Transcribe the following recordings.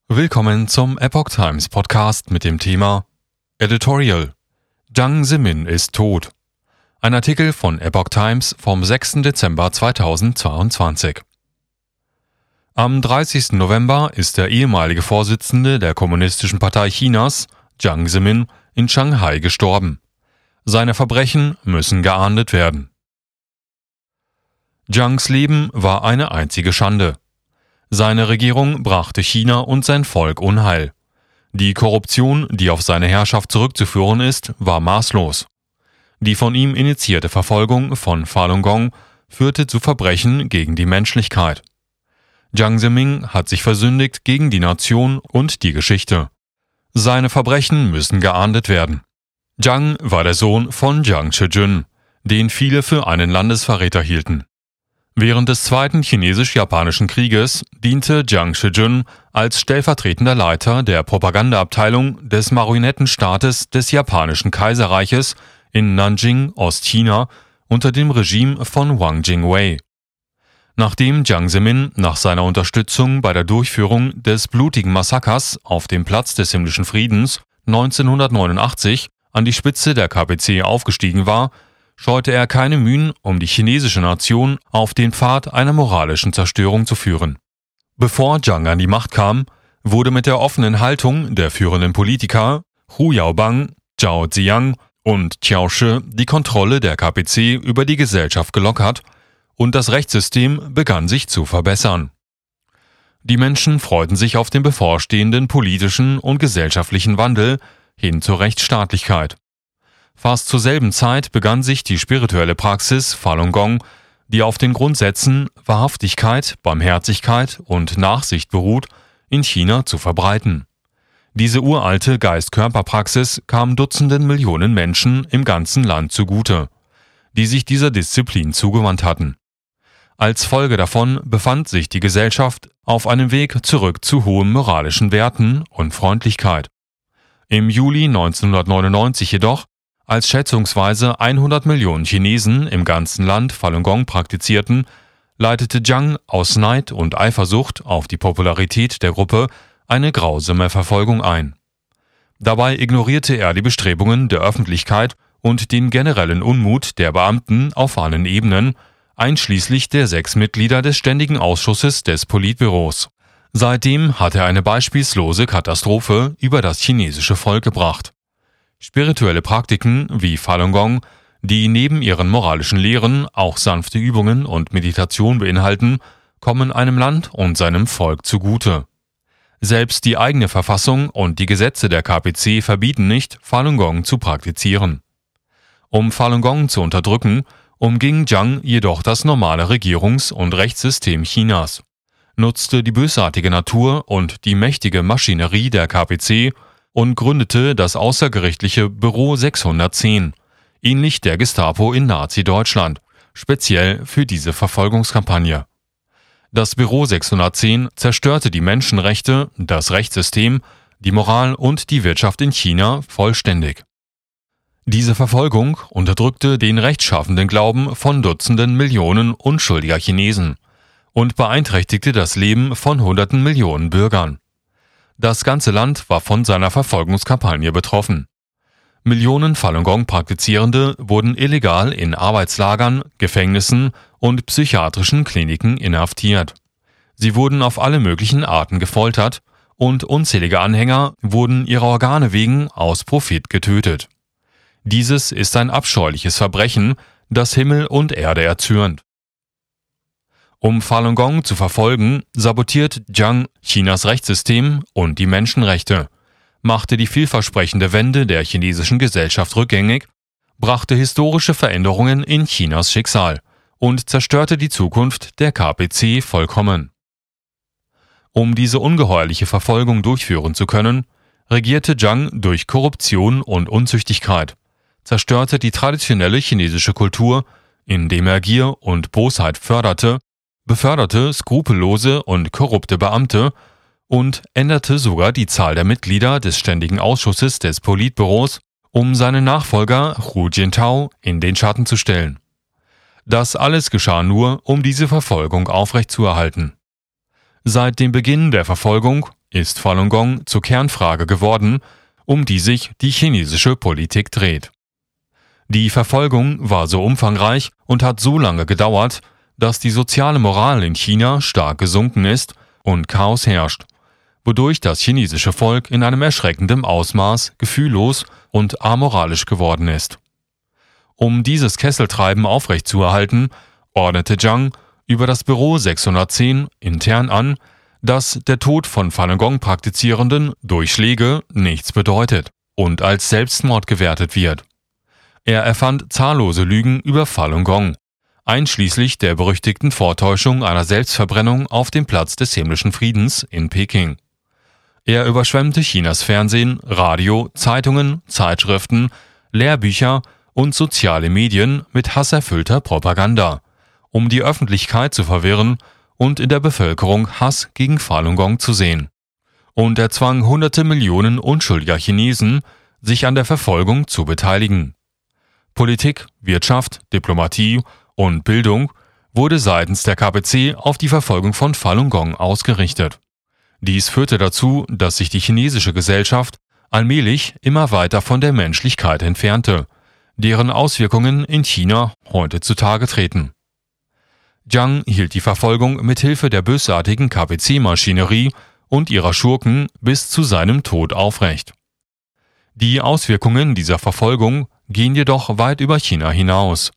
Willkommen zum Epoch Times Podcast mit dem Thema Editorial: Jiang Zemin ist tot. Ein Artikel von Epoch Times vom 6. Dezember 2022. Am 30. November ist der ehemalige Vorsitzende der Kommunistischen Partei Chinas, Jiang Zemin, in Shanghai gestorben. Seine Verbrechen müssen geahndet werden. Jiangs Leben war eine einzige Schande. Seine Regierung brachte China und sein Volk Unheil. Die Korruption, die auf seine Herrschaft zurückzuführen ist, war maßlos. Die von ihm initiierte Verfolgung von Falun Gong führte zu Verbrechen gegen die Menschlichkeit. Jiang Zemin hat sich versündigt gegen die Nation und die Geschichte. Seine Verbrechen müssen geahndet werden. Jiang war der Sohn von Jiang Zhejun, den viele für einen Landesverräter hielten. Während des Zweiten Chinesisch-Japanischen Krieges diente Jiang Zhejun als stellvertretender Leiter der Propagandaabteilung des Marionettenstaates des Japanischen Kaiserreiches in Nanjing, Ostchina, unter dem Regime von Wang Jingwei. Nachdem Jiang Zemin nach seiner Unterstützung bei der Durchführung des blutigen Massakers auf dem Platz des Himmlischen Friedens 1989 an die Spitze der KPC aufgestiegen war, scheute er keine Mühen, um die chinesische Nation auf den Pfad einer moralischen Zerstörung zu führen. Bevor Jiang an die Macht kam, wurde mit der offenen Haltung der führenden Politiker Hu Yaobang, Zhao Ziyang und Qiao Shi die Kontrolle der KPC über die Gesellschaft gelockert und das Rechtssystem begann sich zu verbessern. Die Menschen freuten sich auf den bevorstehenden politischen und gesellschaftlichen Wandel hin zur Rechtsstaatlichkeit. Fast zur selben Zeit begann sich die spirituelle Praxis Falun Gong, die auf den Grundsätzen Wahrhaftigkeit, Barmherzigkeit und Nachsicht beruht, in China zu verbreiten. Diese uralte Geist-Körper-Praxis kam Dutzenden Millionen Menschen im ganzen Land zugute, die sich dieser Disziplin zugewandt hatten. Als Folge davon befand sich die Gesellschaft auf einem Weg zurück zu hohen moralischen Werten und Freundlichkeit. Im Juli 1999 jedoch, als schätzungsweise 100 Millionen Chinesen im ganzen Land Falun Gong praktizierten, leitete Jiang aus Neid und Eifersucht auf die Popularität der Gruppe eine grausame Verfolgung ein. Dabei ignorierte er die Bestrebungen der Öffentlichkeit und den generellen Unmut der Beamten auf allen Ebenen, einschließlich der 6 Mitglieder des Ständigen Ausschusses des Politbüros. Seitdem hat er eine beispiellose Katastrophe über das chinesische Volk gebracht. Spirituelle Praktiken wie Falun Gong, die neben ihren moralischen Lehren auch sanfte Übungen und Meditation beinhalten, kommen einem Land und seinem Volk zugute. Selbst die eigene Verfassung und die Gesetze der KPC verbieten nicht, Falun Gong zu praktizieren. Um Falun Gong zu unterdrücken, umging Jiang jedoch das normale Regierungs- und Rechtssystem Chinas, nutzte die bösartige Natur und die mächtige Maschinerie der KPC und gründete das außergerichtliche Büro 610, ähnlich der Gestapo in Nazi-Deutschland, speziell für diese Verfolgungskampagne. Das Büro 610 zerstörte die Menschenrechte, das Rechtssystem, die Moral und die Wirtschaft in China vollständig. Diese Verfolgung unterdrückte den rechtschaffenden Glauben von Dutzenden Millionen unschuldiger Chinesen und beeinträchtigte das Leben von Hunderten Millionen Bürgern. Das ganze Land war von seiner Verfolgungskampagne betroffen. Millionen Falun Gong-Praktizierende wurden illegal in Arbeitslagern, Gefängnissen und psychiatrischen Kliniken inhaftiert. Sie wurden auf alle möglichen Arten gefoltert und unzählige Anhänger wurden ihrer Organe wegen aus Profit getötet. Dieses ist ein abscheuliches Verbrechen, das Himmel und Erde erzürnt. Um Falun Gong zu verfolgen, sabotiert Jiang Chinas Rechtssystem und die Menschenrechte, machte die vielversprechende Wende der chinesischen Gesellschaft rückgängig, brachte historische Veränderungen in Chinas Schicksal und zerstörte die Zukunft der KPC vollkommen. Um diese ungeheuerliche Verfolgung durchführen zu können, regierte Jiang durch Korruption und Unzüchtigkeit, zerstörte die traditionelle chinesische Kultur, indem er Gier und Bosheit förderte, beförderte skrupellose und korrupte Beamte und änderte sogar die Zahl der Mitglieder des Ständigen Ausschusses des Politbüros, um seinen Nachfolger Hu Jintao in den Schatten zu stellen. Das alles geschah nur, um diese Verfolgung aufrechtzuerhalten. Seit dem Beginn der Verfolgung, ist Falun Gong zur Kernfrage geworden, um die sich die chinesische Politik dreht. Die Verfolgung war so umfangreich und hat so lange gedauert, dass die soziale Moral in China stark gesunken ist und Chaos herrscht, wodurch das chinesische Volk in einem erschreckenden Ausmaß gefühllos und amoralisch geworden ist. Um dieses Kesseltreiben aufrechtzuerhalten, ordnete Jiang über das Büro 610 intern an, dass der Tod von Falun Gong-Praktizierenden durch Schläge nichts bedeutet und als Selbstmord gewertet wird. Er erfand zahllose Lügen über Falun Gong, einschließlich der berüchtigten Vortäuschung einer Selbstverbrennung auf dem Platz des himmlischen Friedens in Peking. Er überschwemmte Chinas Fernsehen, Radio, Zeitungen, Zeitschriften, Lehrbücher und soziale Medien mit hasserfüllter Propaganda, um die Öffentlichkeit zu verwirren und in der Bevölkerung Hass gegen Falun Gong zu sehen. Und er zwang hunderte Millionen unschuldiger Chinesen, sich an der Verfolgung zu beteiligen. Politik, Wirtschaft, Diplomatie und Bildung wurde seitens der KPC auf die Verfolgung von Falun Gong ausgerichtet. Dies führte dazu, dass sich die chinesische Gesellschaft allmählich immer weiter von der Menschlichkeit entfernte, deren Auswirkungen in China heute zutage treten. Jiang hielt die Verfolgung mit Hilfe der bösartigen KPC-Maschinerie und ihrer Schurken bis zu seinem Tod aufrecht. Die Auswirkungen dieser Verfolgung gehen jedoch weit über China hinaus.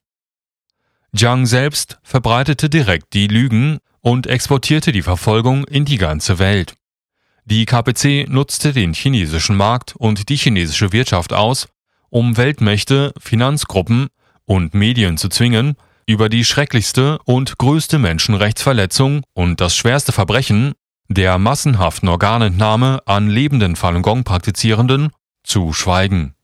Jiang selbst verbreitete direkt die Lügen und exportierte die Verfolgung in die ganze Welt. Die KPC nutzte den chinesischen Markt und die chinesische Wirtschaft aus, um Weltmächte, Finanzgruppen und Medien zu zwingen, über die schrecklichste und größte Menschenrechtsverletzung und das schwerste Verbrechen der massenhaften Organentnahme an lebenden Falun Gong-Praktizierenden zu schweigen.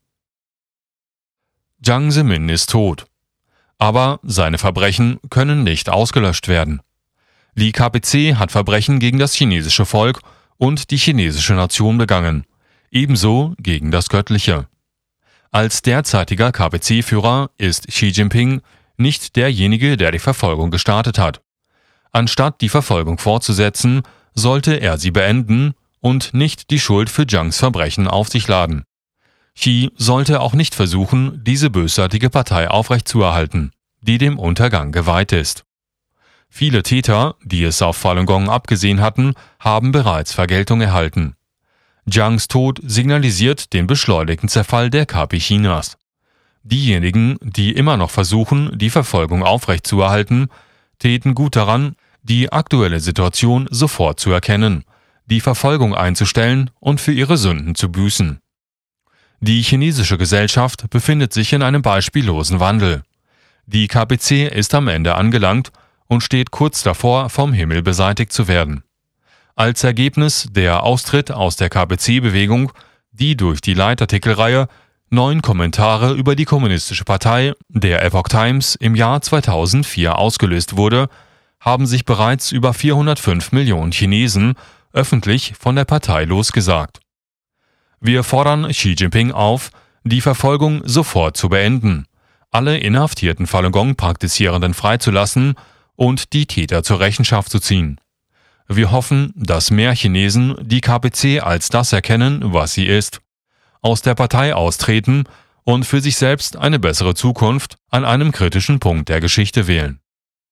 Jiang Zemin ist tot. Aber seine Verbrechen können nicht ausgelöscht werden. Die KPC hat Verbrechen gegen das chinesische Volk und die chinesische Nation begangen, ebenso gegen das Göttliche. Als derzeitiger KPC-Führer ist Xi Jinping nicht derjenige, der die Verfolgung gestartet hat. Anstatt die Verfolgung fortzusetzen, sollte er sie beenden und nicht die Schuld für Jiangs Verbrechen auf sich laden. Xi sollte auch nicht versuchen, diese bösartige Partei aufrechtzuerhalten, die dem Untergang geweiht ist. Viele Täter, die es auf Falun Gong abgesehen hatten, haben bereits Vergeltung erhalten. Jiangs Tod signalisiert den beschleunigten Zerfall der KP Chinas. Diejenigen, die immer noch versuchen, die Verfolgung aufrechtzuerhalten, täten gut daran, die aktuelle Situation sofort zu erkennen, die Verfolgung einzustellen und für ihre Sünden zu büßen. Die chinesische Gesellschaft befindet sich in einem beispiellosen Wandel. Die KPC ist am Ende angelangt und steht kurz davor, vom Himmel beseitigt zu werden. Als Ergebnis der Austritt aus der KPC-Bewegung, die durch die Leitartikelreihe 9 Kommentare über die Kommunistische Partei der Epoch Times im Jahr 2004 ausgelöst wurde, haben sich bereits über 405 Millionen Chinesen öffentlich von der Partei losgesagt. Wir fordern Xi Jinping auf, die Verfolgung sofort zu beenden, alle inhaftierten Falun Gong-Praktizierenden freizulassen und die Täter zur Rechenschaft zu ziehen. Wir hoffen, dass mehr Chinesen die KPC als das erkennen, was sie ist, aus der Partei austreten und für sich selbst eine bessere Zukunft an einem kritischen Punkt der Geschichte wählen.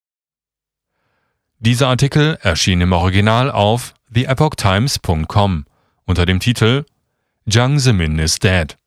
Dieser Artikel erschien im Original auf theepochtimes.com unter dem Titel Jiang Zemin is dead.